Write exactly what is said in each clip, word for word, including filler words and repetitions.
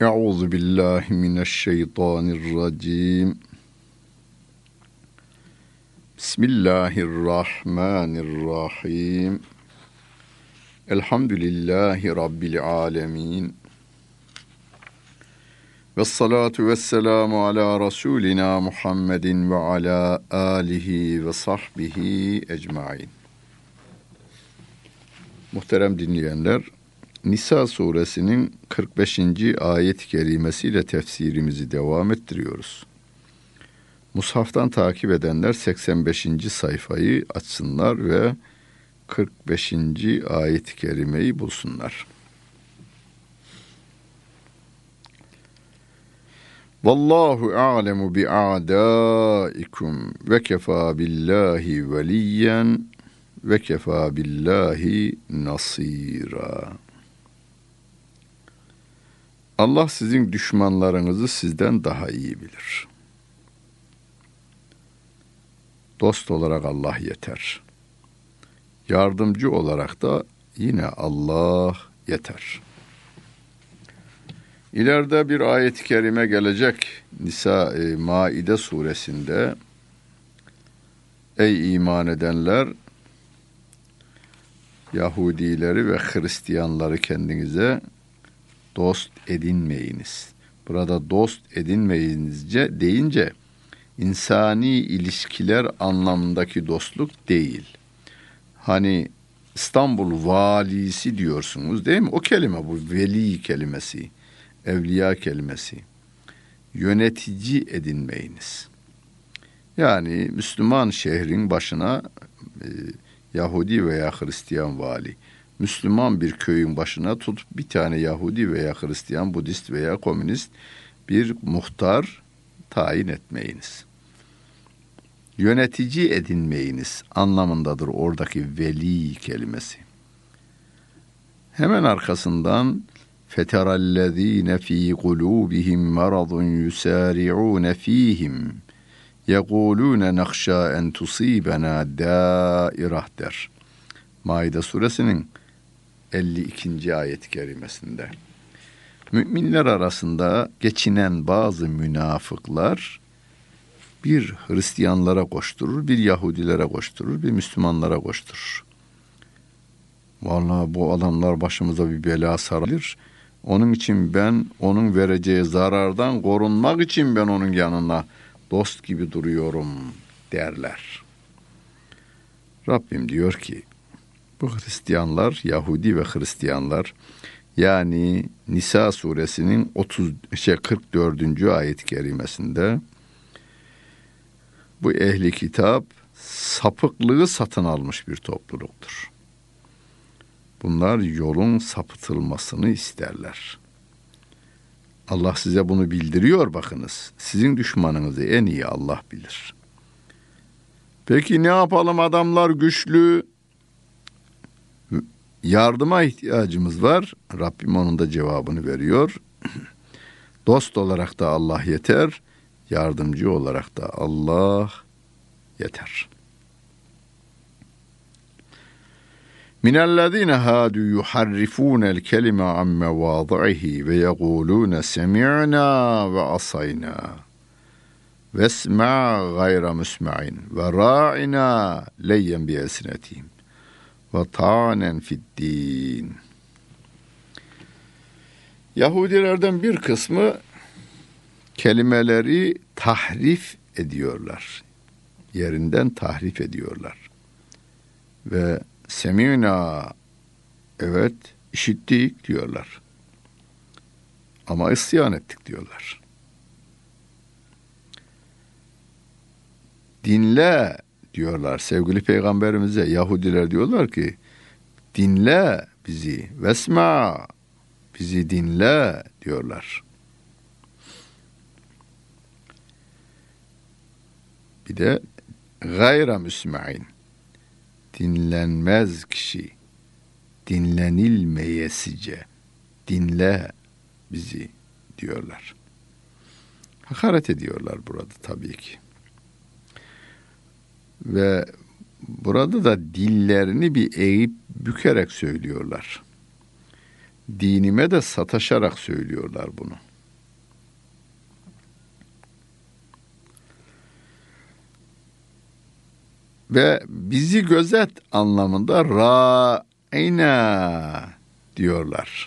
Euzu billahi mineşşeytanirracim. Bismillahirrahmanirrahim. Elhamdülillahi Rabbil alemin. Vessalatu vesselamu ala Resulina Muhammedin ve ala alihi ve sahbihi ecmain. Muhterem dinleyenler, Nisa suresinin kırk beşinci ayet-i kerimesiyle tefsirimizi devam ettiriyoruz. Mushaftan takip edenler seksen beşinci sayfayı açsınlar ve kırk beşinci ayet-i kerimeyi bulsunlar. Vallahu a'lemu bi'a'daikum ve kefa billahi veliyen ve kefa billahi nasira. Allah sizin düşmanlarınızı sizden daha iyi bilir. Dost olarak Allah yeter. Yardımcı olarak da yine Allah yeter. İleride bir ayet-i kerime gelecek. Nisa e, Maide suresinde, ey iman edenler, Yahudileri ve Hristiyanları kendinize dost edinmeyiniz. Burada dost edinmeyinizce deyince insani ilişkiler anlamındaki dostluk değil. Hani İstanbul valisi diyorsunuz değil mi? O kelime bu, veli kelimesi, evliya kelimesi. Yönetici edinmeyiniz. Yani Müslüman şehrin başına e, Yahudi veya Hristiyan vali, Müslüman bir köyün başına tutup bir tane Yahudi veya Hristiyan, Budist veya komünist bir muhtar tayin etmeyiniz. Yönetici edinmeyiniz anlamındadır oradaki veli kelimesi. Hemen arkasından feterallezine fi kulubihim maradun yusari'un fihim yekulune nakhşa en tusibena dairah der. Maide suresinin elli ikinci ayet-i kerimesinde. Müminler arasında geçinen bazı münafıklar bir Hristiyanlara koşturur, bir Yahudilere koşturur, bir Müslümanlara koşturur. Vallahi bu adamlar başımıza bir bela sarılır. Onun için ben onun vereceği zarardan korunmak için ben onun yanına dost gibi duruyorum derler. Rabbim diyor ki, bu Hristiyanlar, Yahudi ve Hristiyanlar, yani Nisa suresinin otuz şey kırk dördüncü ayet-i kerimesinde bu ehli kitap sapıklığı satın almış bir topluluktur. Bunlar yolun sapıtılmasını isterler. Allah size bunu bildiriyor bakınız. Sizin düşmanınızı en iyi Allah bilir. Peki ne yapalım, adamlar güçlü, yardıma ihtiyacımız var. Rabbim onun da cevabını veriyor. Dost olarak da Allah yeter, yardımcı olarak da Allah yeter. Minellezine hadu yuharrifunel kelime an mevadihi ve yekulune semi'na ve asayna vesma gayra musma'in ve ra'ina leyyen bi esnetihim ve ta'nen fiddin. Yahudilerden bir kısmı kelimeleri tahrif ediyorlar. Yerinden tahrif ediyorlar. Ve semina, evet işittik diyorlar. Ama isyan ettik diyorlar. Dinle diyorlar sevgili peygamberimize. Yahudiler diyorlar ki dinle bizi, vesma, bizi dinle diyorlar. Bir de gayra müsma'in, dinlenmez kişi, dinlenilmeyesice dinle bizi diyorlar. Hakaret ediyorlar burada tabii ki. Ve burada da dillerini bir eğip bükerek söylüyorlar. Dinime de sataşarak söylüyorlar bunu. ve bizi gözet anlamında ra'ina diyorlar.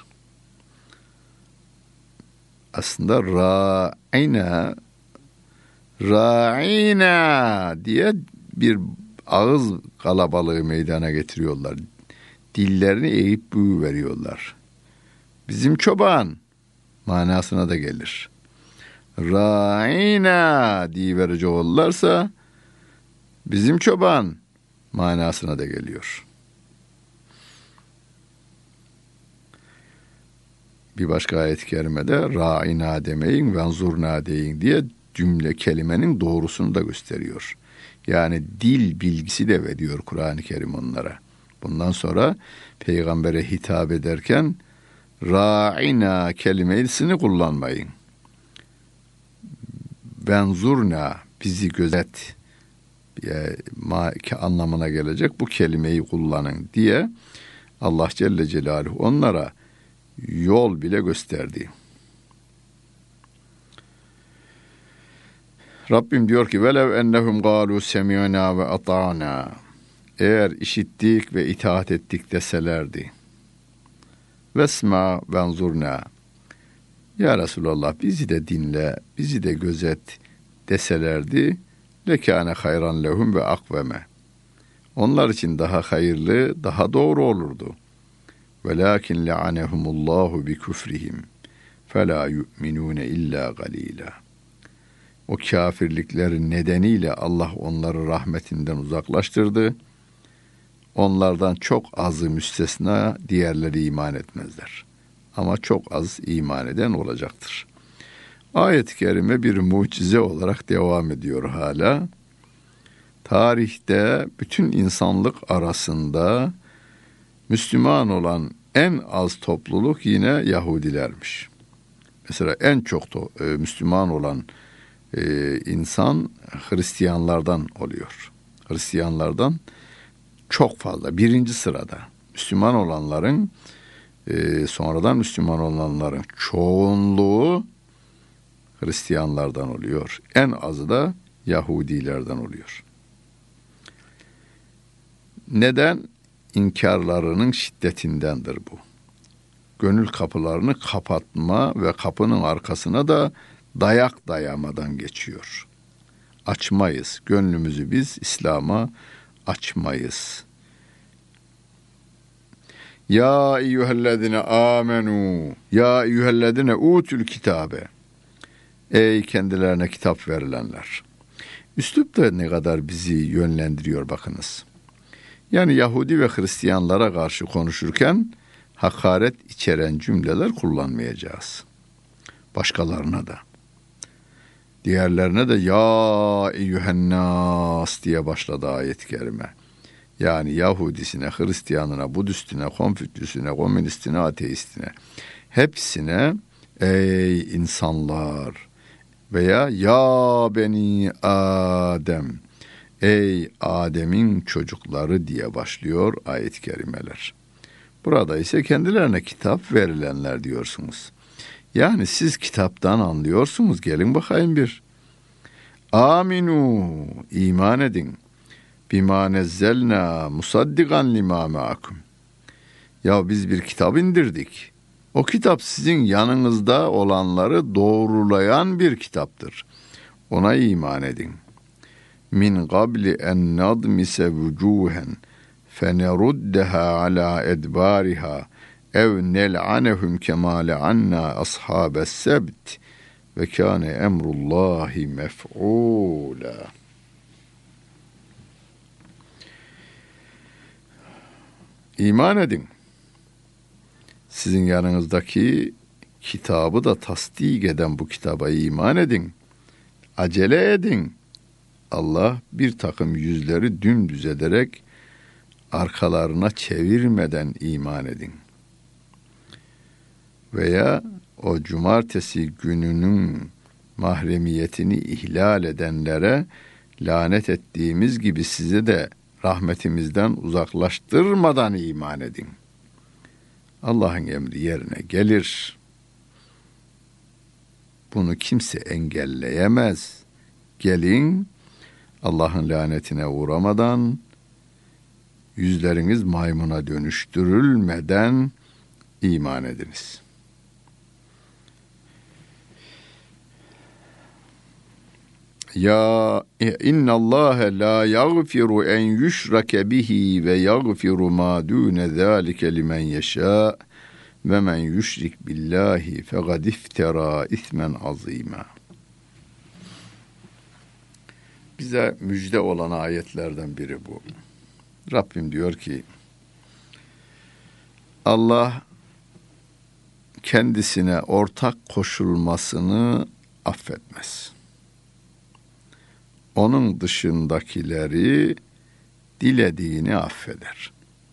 Aslında ra'ina ra'ina diye bir ağız kalabalığı meydana getiriyorlar. Dillerini eğip büyü veriyorlar. Bizim çoban manasına da gelir. Ra'ina diye verecek olurlarsa bizim çoban manasına da geliyor. Bir başka ayet-i kerimede ra'ina demeyin venzurna deyin diye cümle kelimenin doğrusunu da gösteriyor. Yani dil bilgisi de veriyor Kur'an-ı Kerim onlara. Bundan sonra peygambere hitap ederken ra'ina kelimesini kullanmayın. Venzurna bizi gözet anlamına gelecek bu kelimeyi kullanın diye Allah Celle Celaluhu onlara yol bile gösterdi. Rabbim diyor ki velev ennehum galu semi'na ve ata'na, eğer işittik ve itaat ettik deselerdi. Vesma venzurna, ya Resulallah bizi de dinle, bizi de gözet deselerdi. Lekâne hayran lehum ve akveme, onlar için daha hayırlı, daha doğru olurdu. Velakin le'anehumullahu bi küfrihim felâ yu'minûne illâ galîlâ. O kâfirlikleri nedeniyle Allah onları rahmetinden uzaklaştırdı. Onlardan çok azı müstesna, diğerleri iman etmezler. Ama çok az iman eden olacaktır. Ayet-i kerime bir mucize olarak devam ediyor hala. Tarihte bütün insanlık arasında Müslüman olan en az topluluk yine Yahudilermiş. Mesela en çok da, e, Müslüman olan e, insan Hristiyanlardan oluyor. Hristiyanlardan çok fazla, birinci sırada. Müslüman olanların, e, sonradan Müslüman olanların çoğunluğu Hristiyanlardan oluyor. En azı da Yahudilerden oluyor. Neden? İnkarlarının şiddetindendir bu. Gönül kapılarını kapatma ve kapının arkasına da dayak dayamadan geçiyor. Açmayız. Gönlümüzü biz İslam'a açmayız. Ya eyyühellezine amenu, ya eyyühellezine utül kitabe. Ey kendilerine kitap verilenler. Üslup da ne kadar bizi yönlendiriyor bakınız. Yani Yahudi ve Hristiyanlara karşı konuşurken hakaret içeren cümleler kullanmayacağız. Başkalarına da. Diğerlerine de ya eyyühennas diye başladı ayet-i kerime. Yani Yahudisine, Hristiyanına, Budistine, Konfüçyüsüne, Komünistine, Ateistine. Hepsine ey insanlar veya ya beni Adem, ey Adem'in çocukları diye başlıyor ayet-i kerimeler. Burada ise kendilerine kitap verilenler diyorsunuz. Yani siz kitaptan anlıyorsunuz. Gelin bakayım bir. Aminu, iman edin. Bima nezzelna musaddigan lima ma'akum. Ya biz bir kitap indirdik. O kitap sizin yanınızda olanları doğrulayan bir kitaptır. Ona iman edin. Min qabli en nadmise vucuhen feneruddeha ala edbariha ev nel'anehum kema le'anna ashabes sebt ve kâne emrullahi mef'ûlâ. İman edin. Sizin yanınızdaki kitabı da tasdik eden bu kitaba iman edin. Acele edin. Allah bir takım yüzleri dümdüz ederek arkalarına çevirmeden iman edin. Veya o cumartesi gününün mahremiyetini ihlal edenlere lanet ettiğimiz gibi size de rahmetimizden uzaklaştırmadan iman edin. Allah'ın emri yerine gelir. Bunu kimse engelleyemez. Gelin, Allah'ın lanetine uğramadan yüzleriniz maymuna dönüştürülmeden iman ediniz. Ya innallâhe la yagfiru en yushrake bihi ve yagfiru ma dune zâlike limen yeşâ ve men yüşrik billahi fekad iftera ismen azîmâ. Bize müjde olan ayetlerden biri bu. Rabbim diyor ki, Allah kendisine ortak koşulmasını affetmez. Onun dışındakileri dilediğini affeder.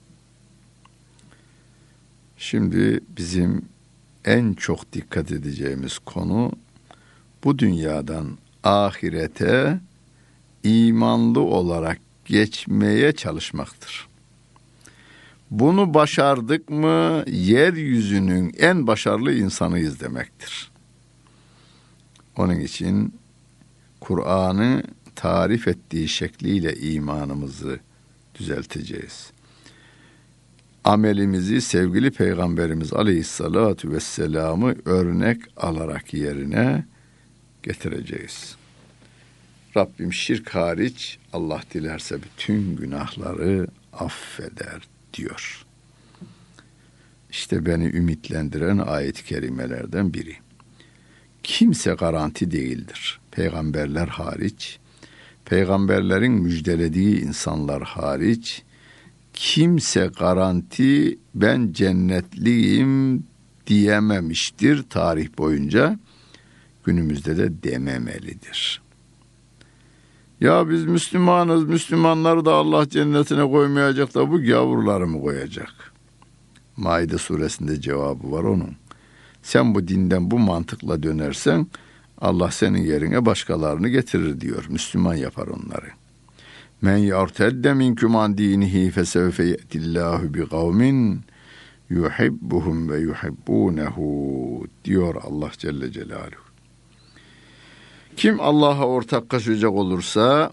Şimdi bizim en çok dikkat edeceğimiz konu bu dünyadan ahirete imanlı olarak geçmeye çalışmaktır. Bunu başardık mı yeryüzünün en başarılı insanıyız demektir. Onun için Kur'an'ı tarif ettiği şekliyle imanımızı düzelteceğiz. Amelimizi sevgili Peygamberimiz Aleyhisselatü Vesselam'ı örnek alarak yerine getireceğiz. Rabbim şirk hariç Allah dilerse bütün günahları affeder diyor. İşte beni ümitlendiren ayet-i kerimelerden biri. Kimse garanti değildir. Peygamberler hariç, peygamberlerin müjdelediği insanlar hariç, kimse garanti ben cennetliyim diyememiştir tarih boyunca. Günümüzde de dememelidir. Ya biz Müslümanız, Müslümanları da Allah cennetine koymayacak da bu gavurları mı koyacak? Maide suresinde cevabı var onun. Sen bu dinden bu mantıkla dönersen Allah senin yerine başkalarını getirir diyor. Müslüman yapar onları. Men yartedde minkum an dinihi fesevfe ye'tillahu bi kavmin yuhibbuhum ve yuhibbunehu diyor Allah Celle Celaluhu. Kim Allah'a ortak koşacak olursa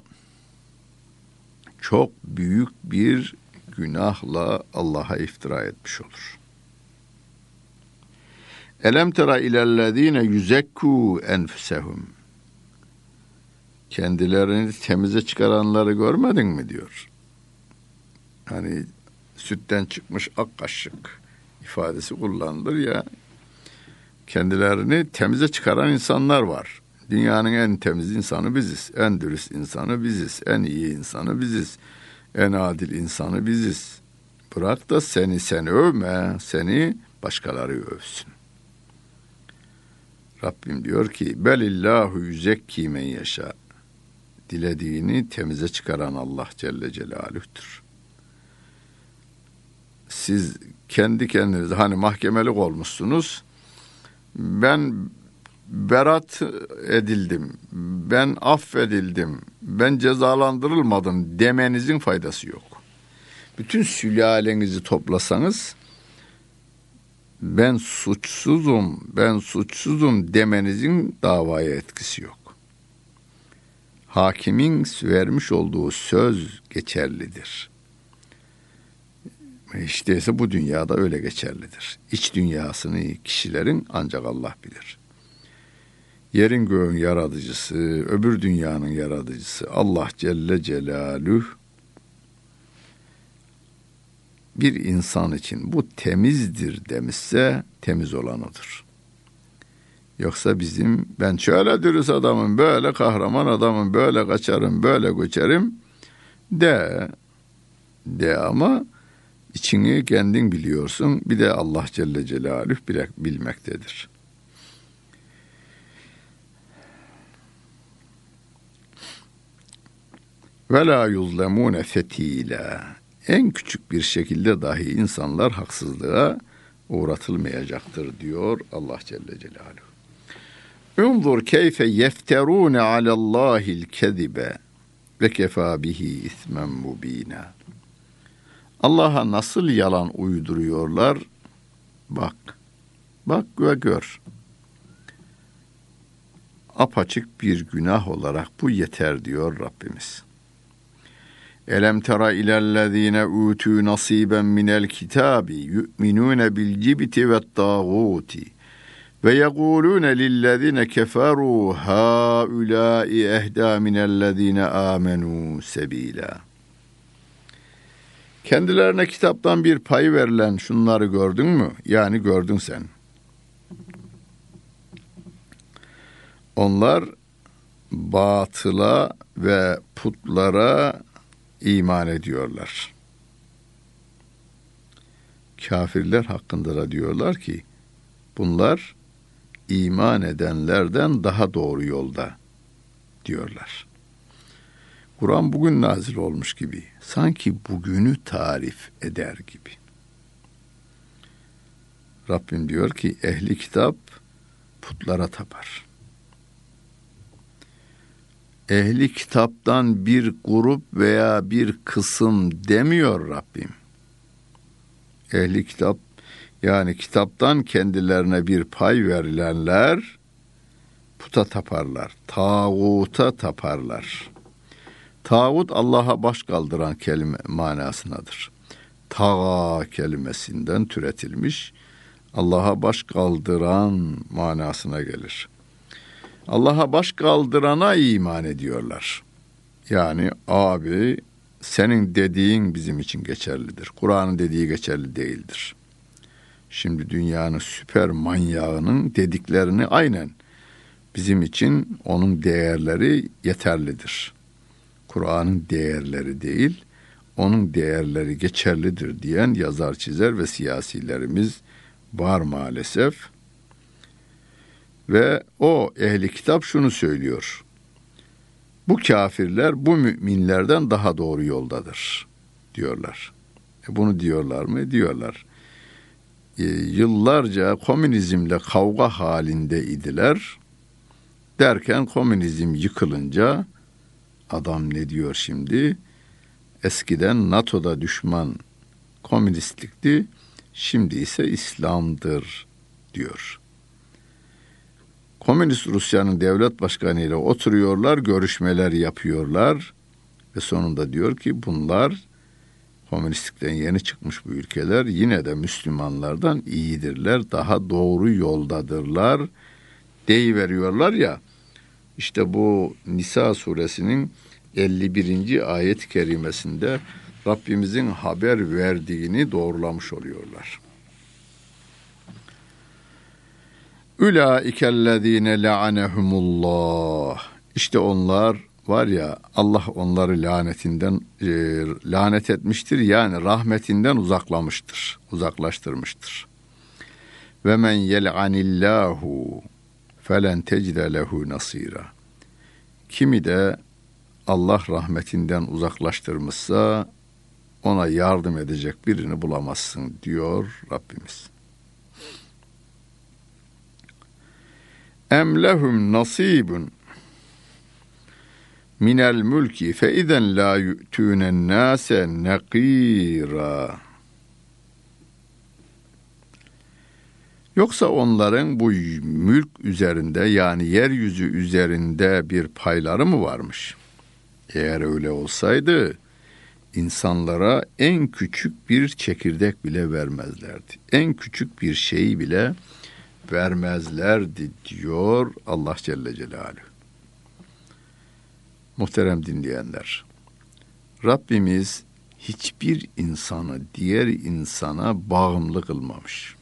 çok büyük bir günahla Allah'a iftira etmiş olur. Elem tera ilellezine yuzekku enfusehum. Kendilerini temize çıkaranları görmedin mi diyor. Hani sütten çıkmış ak kaşık ifadesi kullanılır ya. Kendilerini temize çıkaran insanlar var. Dünyanın en temiz insanı biziz. En dürüst insanı biziz. En iyi insanı biziz. En adil insanı biziz. Bırak da seni sen övme, seni başkaları övsün. Rabbim diyor ki, belillahu yüzekki men yaşa. Dilediğini temize çıkaran Allah Celle Celaluh'tür. Siz kendi kendinize hani mahkemelik olmuşsunuz. Ben berat edildim, ben affedildim, ben cezalandırılmadım demenizin faydası yok. Bütün sülalenizi toplasanız, ben suçsuzum, ben suçsuzum demenizin davaya etkisi yok. Hakimin vermiş olduğu söz geçerlidir. İşte ise bu dünyada öyle geçerlidir. İç dünyasını kişilerin ancak Allah bilir. Yerin göğün yaratıcısı, öbür dünyanın yaratıcısı Allah Celle Celaluhu bir insan için bu temizdir demişse temiz olanıdır. Yoksa bizim ben şöyle dürüst adamım, böyle kahraman adamım, böyle kaçarım, böyle göçerim de de ama içini kendin biliyorsun. Bir de Allah Celle Celaluhu bile bilmektedir. Ve la yuzlemune fetila. En küçük bir şekilde dahi insanlar haksızlığa uğratılmayacaktır diyor Allah Celle Celaluhu. Unzur keyfe yefterune alallahil kezibe ve kefa bihi ismen mubina. Allah'a nasıl yalan uyduruyorlar? Bak, bak ve gör. Apaçık bir günah olarak bu yeter diyor Rabbimiz. Elem tera ilellezine utu nasiben minel kitabi yu'minune bil cibti ve tağuti ve yekulune lillezine keferu haulâi ehda minellezine amenu sebîlâ. Kendilerine kitaptan bir pay verilen şunları gördün mü? Yani gördün sen. Onlar batıla ve putlara iman ediyorlar. Kafirler hakkında da diyorlar ki bunlar iman edenlerden daha doğru yolda diyorlar. Kur'an bugün nazil olmuş gibi, sanki bugünü tarif eder gibi. Rabbim diyor ki ehli kitap putlara tapar. Ehli kitaptan bir grup veya bir kısım demiyor Rabbim. Ehli kitap, yani kitaptan kendilerine bir pay verilenler puta taparlar, tağuta taparlar. Tağut Allah'a baş kaldıran kelime manasındadır. Tağa kelimesinden türetilmiş, Allah'a baş kaldıran manasına gelir. Allah'a baş kaldırana iman ediyorlar. Yani abi senin dediğin bizim için geçerlidir. Kur'an'ın dediği geçerli değildir. Şimdi dünyanın süper manyağının dediklerini aynen bizim için onun değerleri yeterlidir. Kur'an'ın değerleri değil, onun değerleri geçerlidir diyen yazar, çizer ve siyasilerimiz var maalesef. Ve o ehli kitap şunu söylüyor. Bu kafirler bu müminlerden daha doğru yoldadır diyorlar. E bunu diyorlar mı? Diyorlar. E, yıllarca komünizmle kavga halinde idiler. Derken komünizm yıkılınca adam ne diyor şimdi? Eskiden NATO'da düşman komünistlikti, şimdi ise İslam'dır diyor. Komünist Rusya'nın devlet başkanı ile oturuyorlar, görüşmeler yapıyorlar ve sonunda diyor ki bunlar komünistlikten yeni çıkmış bu ülkeler yine de Müslümanlardan iyidirler, daha doğru yoldadırlar deyiveriyorlar ya. İşte bu Nisa suresinin elli birinci ayet-i kerimesinde Rabbimizin haber verdiğini doğrulamış oluyorlar. Ulaikellezine la'anehumullah. İşte onlar var ya Allah onları lanetinden e, lanet etmiştir, yani rahmetinden uzaklamıştır, uzaklaştırmıştır. Ve men yel'anillahu felen tecide lehu nasira. Kimi de Allah rahmetinden uzaklaştırmışsa ona yardım edecek birini bulamazsın diyor Rabbimiz. Em lehum nasibun minel mülki fe izen la yu'tunen nase nakira. Yoksa onların bu mülk üzerinde, yani yeryüzü üzerinde bir payları mı varmış? Eğer öyle olsaydı insanlara en küçük bir çekirdek bile vermezlerdi. En küçük bir şeyi bile vermezlerdi diyor Allah Celle Celaluhu. Muhterem dinleyenler, Rabbimiz hiçbir insanı diğer insana bağımlı kılmamış.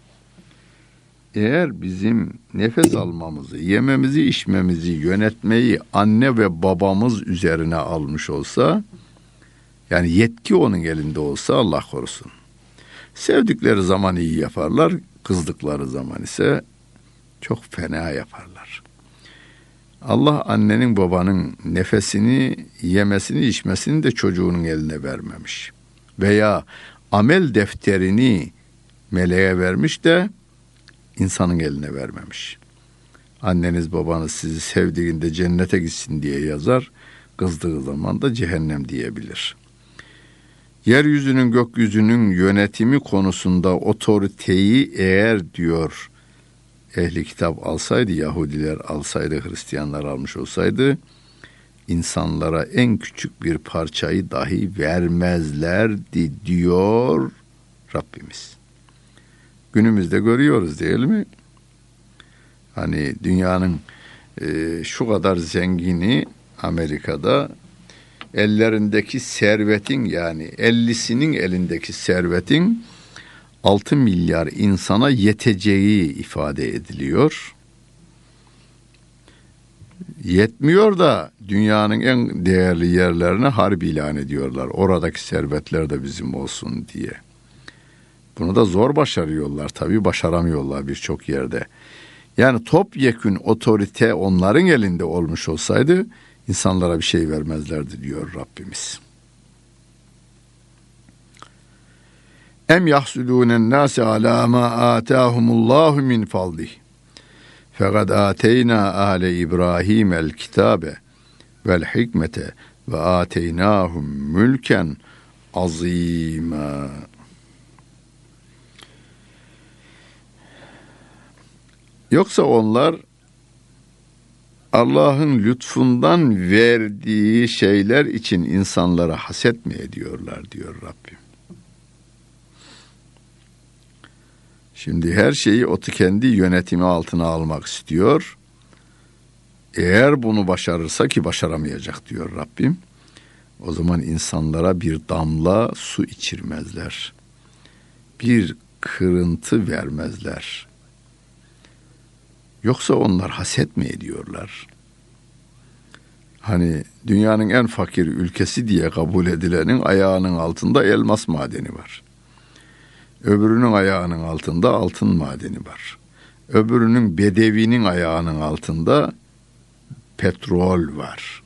Eğer bizim nefes almamızı, yememizi, içmemizi, yönetmeyi anne ve babamız üzerine almış olsa, yani yetki onun elinde olsa Allah korusun. Sevdikleri zaman iyi yaparlar, kızdıkları zaman ise çok fena yaparlar. Allah annenin babanın nefesini, yemesini, içmesini de çocuğunun eline vermemiş. Veya amel defterini meleğe vermiş de insanın eline vermemiş. Anneniz babanız sizi sevdiğinde cennete gitsin diye yazar, kızdığı zaman da cehennem diyebilir. Yeryüzünün, gökyüzünün yönetimi konusunda otoriteyi eğer diyor ehli kitap alsaydı, Yahudiler alsaydı, Hristiyanlar almış olsaydı, insanlara en küçük bir parçayı dahi vermezlerdi diyor Rabbimiz. Günümüzde görüyoruz değil mi? Hani dünyanın e, şu kadar zengini Amerika'da ellerindeki servetin, yani ellisinin elindeki servetin altı milyar insana yeteceği ifade ediliyor. Yetmiyor da dünyanın en değerli yerlerine harp ilan ediyorlar. Oradaki servetler de bizim olsun diye. Bunu da zor başarıyorlar tabii, başaramıyorlar birçok yerde. Yani topyekün otorite onların elinde olmuş olsaydı insanlara bir şey vermezlerdi diyor Rabbimiz. Em yahsudûnen nâse alâ mâ âtâhumullâhu min fadlih. Fekad âteynâ âle İbrahîmel kitâbe vel hikmete ve âteynâhum mülken azîmâ. Yoksa onlar Allah'ın lütfundan verdiği şeyler için insanlara haset mi ediyorlar diyor Rabbim. Şimdi her şeyi o kendi yönetimi altına almak istiyor. Eğer bunu başarırsa, ki başaramayacak diyor Rabbim, o zaman insanlara bir damla su içirmezler. Bir kırıntı vermezler. Yoksa onlar haset mi ediyorlar? Hani dünyanın en fakir ülkesi diye kabul edilenin ayağının altında elmas madeni var. Öbürünün ayağının altında altın madeni var. Öbürünün, bedevinin ayağının altında petrol var.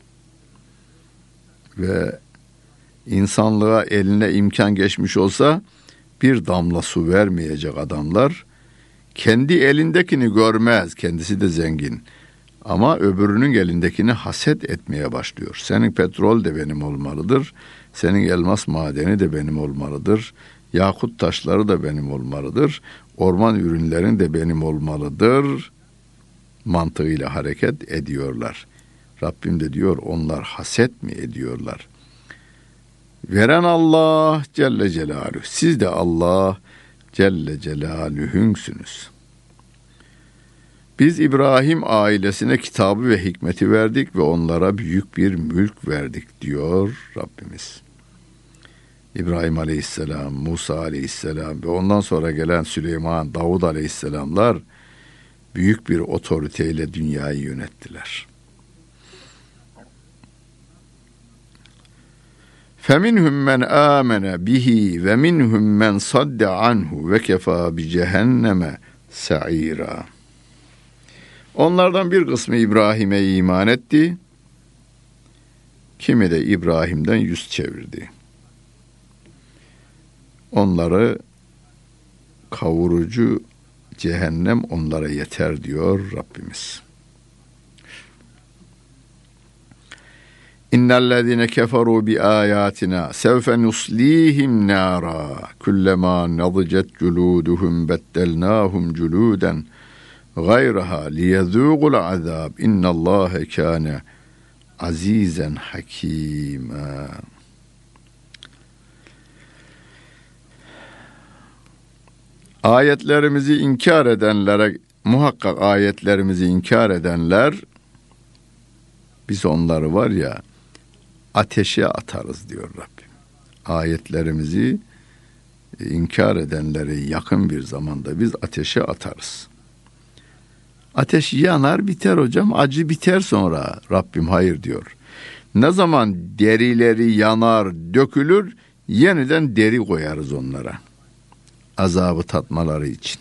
Ve insanlığa eline imkan geçmiş olsa bir damla su vermeyecek adamlar kendi elindekini görmez, kendisi de zengin. Ama öbürünün elindekini haset etmeye başlıyor. Senin petrol de benim olmalıdır, senin elmas madeni de benim olmalıdır, yakut taşları da benim olmalıdır, orman ürünlerin de benim olmalıdır mantığıyla hareket ediyorlar. Rabbim de diyor, onlar haset mi ediyorlar? Veren Allah Celle Celaluhu. Siz de Allah Celle Celaluhu'nsunuz. Biz İbrahim ailesine kitabı ve hikmeti verdik ve onlara büyük bir mülk verdik diyor Rabbimiz. İbrahim Aleyhisselam, Musa Aleyhisselam ve ondan sonra gelen Süleyman, Davud Aleyhisselamlar büyük bir otoriteyle dünyayı yönettiler. فَمِنْهُمْ مَنْ آمَنَ بِهِ وَمِنْهُمْ مَنْ صَدَّ عَنْهُ وَكَفَى بِجَهَنَّمَ سَعِيرًا. Onlardan bir kısmı İbrahim'e iman etti, kimi de İbrahim'den yüz çevirdi. Onları kavurucu cehennem onlara yeter diyor Rabbimiz. İnnellezîne keferû bi âyâtinâ sevfe nuslîhim nârâ kullemâ nadicet culûduhum beddelnâhum culûden gayraha liyezûgul azâb innallâhe kâne azîzen hakîmâ. Ayetlerimizi inkar edenlere, muhakkak ayetlerimizi inkar edenler, biz onları var ya ateşe atarız diyor Rabbim. Ayetlerimizi inkar edenleri yakın bir zamanda biz ateşe atarız. Ateş yanar biter hocam, acı biter sonra. Rabbim hayır diyor. Ne zaman derileri yanar dökülür, yeniden deri koyarız onlara. Azabı tatmaları için.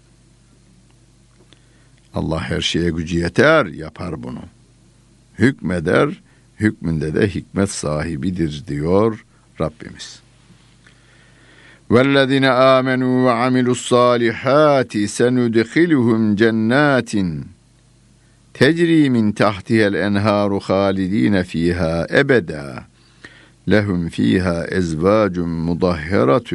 Allah her şeye gücü yeter, yapar bunu. Hükmeder, hükmünde de hikmet sahibidir diyor Rabbimiz. وَالَّذِينَ آمَنُوا وَعَمِلُوا الصَّالِحَاتِ سَنُدْخِلُهُمْ جَنَّاتٍ تَجْرِي مِنْ تَحْتِهَا الْأَنْهَارُ خَالِدِينَ فِيهَا أَبَدًا لَهُمْ فِيهَا أَزْوَاجٌ مُطَهَّرَةٌ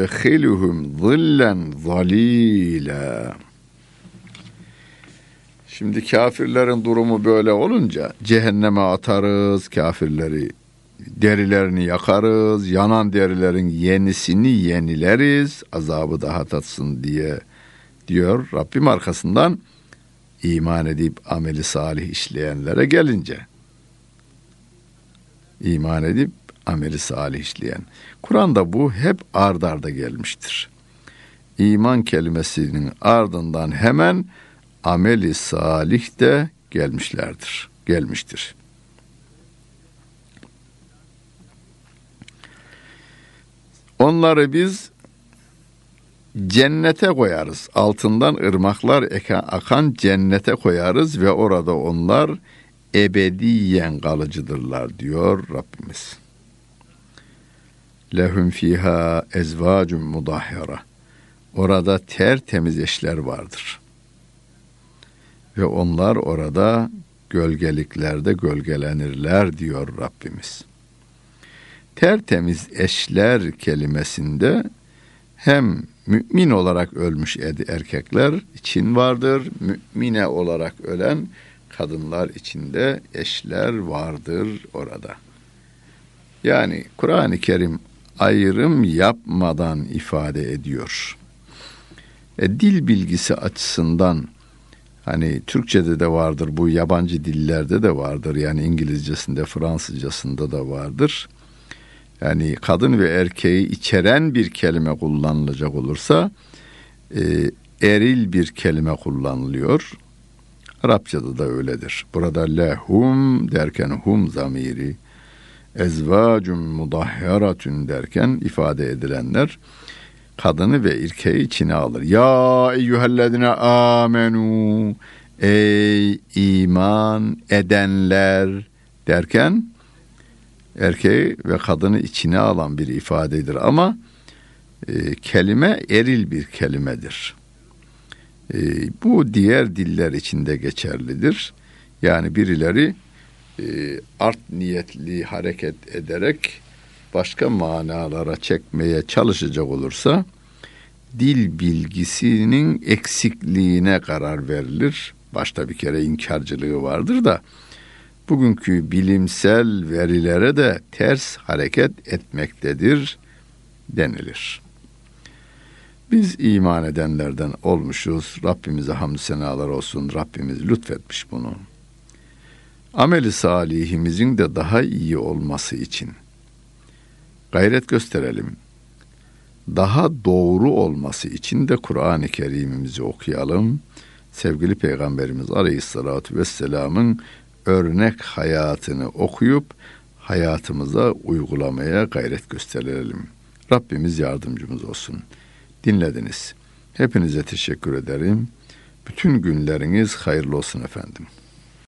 وَنُدْخِلُهُمْ ظِلًّا ظَلِيلًا. Şimdi kafirlerin durumu böyle olunca cehenneme atarız kafirleri, derilerini yakarız, yanan derilerin yenisini yenileriz, azabı daha tatsın diye diyor Rabbim. Arkasından iman edip ameli salih işleyenlere gelince, iman edip ameli salih işleyen. Kur'an'da bu hep ard arda gelmiştir. İman kelimesinin ardından hemen ameli salih de gelmişlerdir, gelmiştir. Onları biz cennete koyarız. Altından ırmaklar akan cennete koyarız ve orada onlar ebediyen kalıcıdırlar diyor Rabbimiz. Lehum fiha ezvacun mudahhara. Orada tertemiz eşler vardır. Ve onlar orada gölgeliklerde gölgelenirler diyor Rabbimiz. Tertemiz eşler kelimesinde hem mümin olarak ölmüş erkekler için vardır, mümine olarak ölen kadınlar içinde eşler vardır orada. Yani Kur'an-ı Kerim ayrım yapmadan ifade ediyor. E, dil bilgisi açısından hani Türkçe'de de vardır, bu yabancı dillerde de vardır. Yani İngilizcesinde, Fransızcasında da vardır. Yani kadın ve erkeği içeren bir kelime kullanılacak olursa e, eril bir kelime kullanılıyor. Arapçada da öyledir. Burada lehum derken hum zamiri, ezvacun mudahharatun derken ifade edilenler kadını ve erkeği içine alır. Ya eyyühellezine amenu, ey iman edenler derken erkeği ve kadını içine alan bir ifadedir ama e, kelime eril bir kelimedir. E, bu diğer diller içinde geçerlidir. Yani birileri e, art niyetli hareket ederek başka manalara çekmeye çalışacak olursa dil bilgisinin eksikliğine karar verilir. Başta bir kere inkarcılığı vardır da bugünkü bilimsel verilere de ters hareket etmektedir denilir. Biz iman edenlerden olmuşuz. Rabbimize hamdü senalar olsun. Rabbimiz lütfetmiş bunu. Ameli salihimizin de daha iyi olması için gayret gösterelim. Daha doğru olması için de Kur'an-ı Kerim'imizi okuyalım. Sevgili Peygamberimiz Aleyhisselatü Vesselam'ın örnek hayatını okuyup hayatımıza uygulamaya gayret gösterelim. Rabbimiz yardımcımız olsun. Dinlediniz. Hepinize teşekkür ederim. Bütün günleriniz hayırlı olsun efendim.